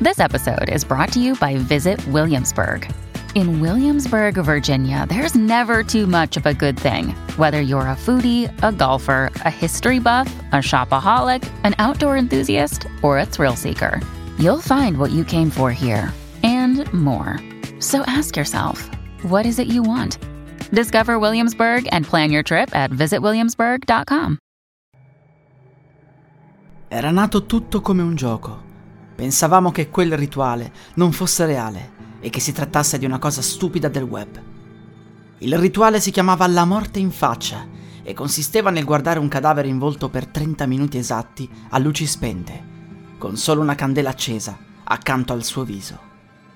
This episode is brought to you by Visit Williamsburg. In Williamsburg, Virginia, there's never too much of a good thing. Whether you're a foodie, a golfer, a history buff, a shopaholic, an outdoor enthusiast, or a thrill seeker, you'll find what you came for here and more. So ask yourself, what is it you want? Discover Williamsburg and plan your trip at visitwilliamsburg.com. Era nato tutto come un gioco. Pensavamo che quel rituale non fosse reale e che si trattasse di una cosa stupida del web. Il rituale si chiamava La morte in faccia e consisteva nel guardare un cadavere in volto per 30 minuti esatti a luci spente, con solo una candela accesa accanto al suo viso.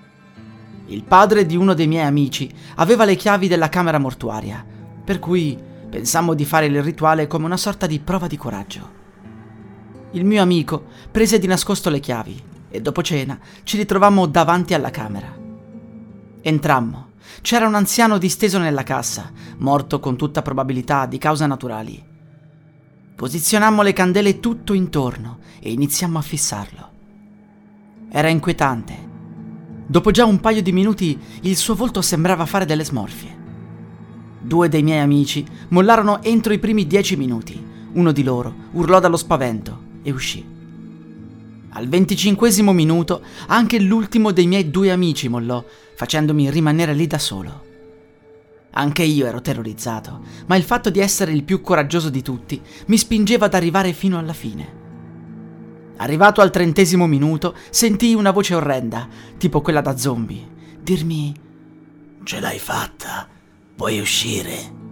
Il padre di uno dei miei amici aveva le chiavi della camera mortuaria, per cui pensammo di fare il rituale come una sorta di prova di coraggio. Il mio amico prese di nascosto le chiavi e dopo cena ci ritrovammo davanti alla camera. Entrammo. C'era un anziano disteso nella cassa, morto con tutta probabilità di cause naturali. Posizionammo le candele tutto intorno e iniziammo a fissarlo. Era inquietante. Dopo già un paio di minuti il suo volto sembrava fare delle smorfie. 2 dei miei amici mollarono entro i primi 10 minuti. Uno di loro urlò dallo spavento e uscì. Al 25esimo minuto anche l'ultimo dei miei 2 amici mollò, facendomi rimanere lì da solo. Anche io ero terrorizzato, ma il fatto di essere il più coraggioso di tutti mi spingeva ad arrivare fino alla fine. Arrivato al 30esimo minuto, sentii una voce orrenda, tipo quella da zombie, dirmi: "Ce l'hai fatta, puoi uscire."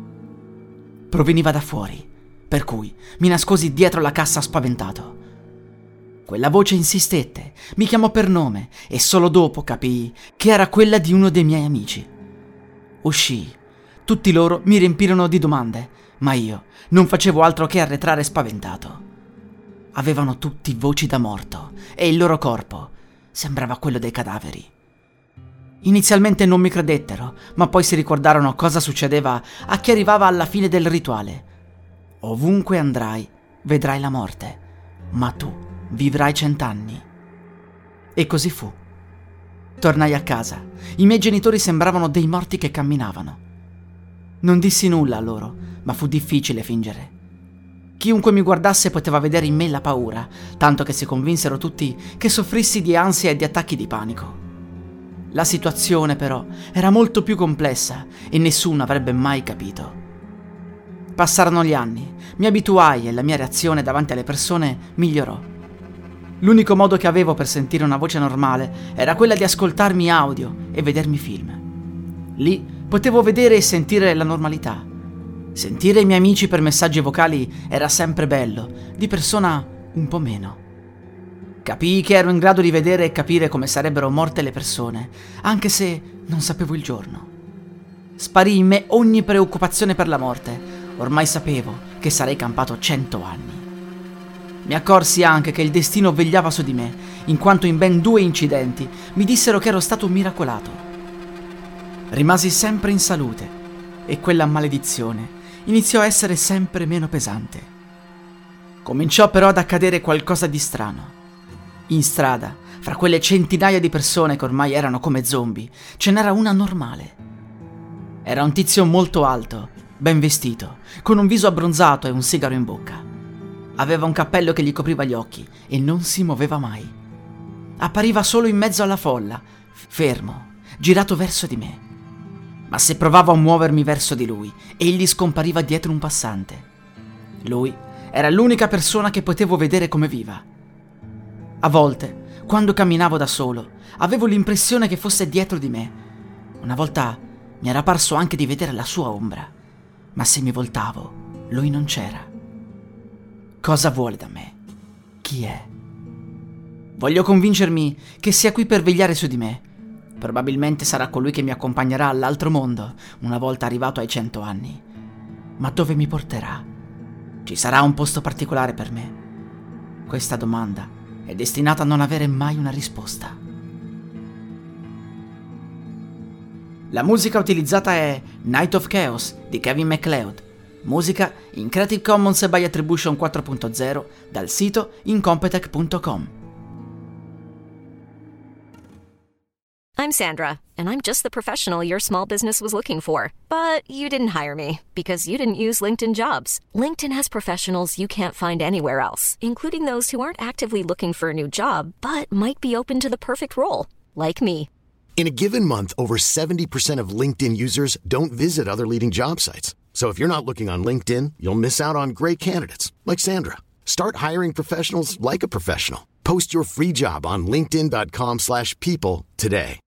Proveniva da fuori, per cui mi nascosi dietro la cassa spaventato. Quella voce insistette, mi chiamò per nome e solo dopo capii che era quella di uno dei miei amici. Uscii. Tutti loro mi riempirono di domande, ma io non facevo altro che arretrare spaventato. Avevano tutti voci da morto e il loro corpo sembrava quello dei cadaveri. Inizialmente non mi credettero, ma poi si ricordarono cosa succedeva a chi arrivava alla fine del rituale. Ovunque andrai, vedrai la morte, ma tu vivrai 100 anni. E così fu. Tornai a casa. I miei genitori sembravano dei morti che camminavano. Non dissi nulla a loro, ma fu difficile fingere. Chiunque mi guardasse poteva vedere in me la paura, tanto che si convinsero tutti che soffrissi di ansia e di attacchi di panico. La situazione, però, era molto più complessa e nessuno avrebbe mai capito. Passarono gli anni, mi abituai e la mia reazione davanti alle persone migliorò. L'unico modo che avevo per sentire una voce normale era quella di ascoltarmi audio e vedermi film. Lì potevo vedere e sentire la normalità. Sentire i miei amici per messaggi vocali era sempre bello, di persona un po' meno. Capii che ero in grado di vedere e capire come sarebbero morte le persone, anche se non sapevo il giorno. Sparì in me ogni preoccupazione per la morte, ormai sapevo che sarei campato 100 anni. Mi accorsi anche che il destino vegliava su di me, in quanto in ben 2 incidenti mi dissero che ero stato miracolato. Rimasi sempre in salute e quella maledizione iniziò a essere sempre meno pesante. Cominciò però ad accadere qualcosa di strano. In strada, fra quelle centinaia di persone che ormai erano come zombie, ce n'era una normale. Era un tizio molto alto, ben vestito, con un viso abbronzato e un sigaro in bocca. Aveva un cappello che gli copriva gli occhi e non si muoveva mai. Appariva solo in mezzo alla folla, fermo, girato verso di me. Ma se provavo a muovermi verso di lui, egli scompariva dietro un passante. Lui era l'unica persona che potevo vedere come viva. A volte, quando camminavo da solo, avevo l'impressione che fosse dietro di me. Una volta mi era parso anche di vedere la sua ombra, ma se mi voltavo, lui non c'era. Cosa vuole da me? Chi è? Voglio convincermi che sia qui per vegliare su di me. Probabilmente sarà colui che mi accompagnerà all'altro mondo, una volta arrivato ai 100 anni. Ma dove mi porterà? Ci sarà un posto particolare per me? Questa domanda è destinata a non avere mai una risposta. La musica utilizzata è Night of Chaos di Kevin MacLeod, musica in Creative Commons by Attribution 4.0 dal sito incompetech.com. I'm Sandra, and I'm just the professional your small business was looking for. But you didn't hire me because you didn't use LinkedIn Jobs. LinkedIn has professionals you can't find anywhere else, including those who aren't actively looking for a new job, but might be open to the perfect role, like me. In a given month, over 70% of LinkedIn users don't visit other leading job sites. So if you're not looking on LinkedIn, you'll miss out on great candidates like Sandra. Start hiring professionals like a professional. Post your free job on linkedin.com/people today.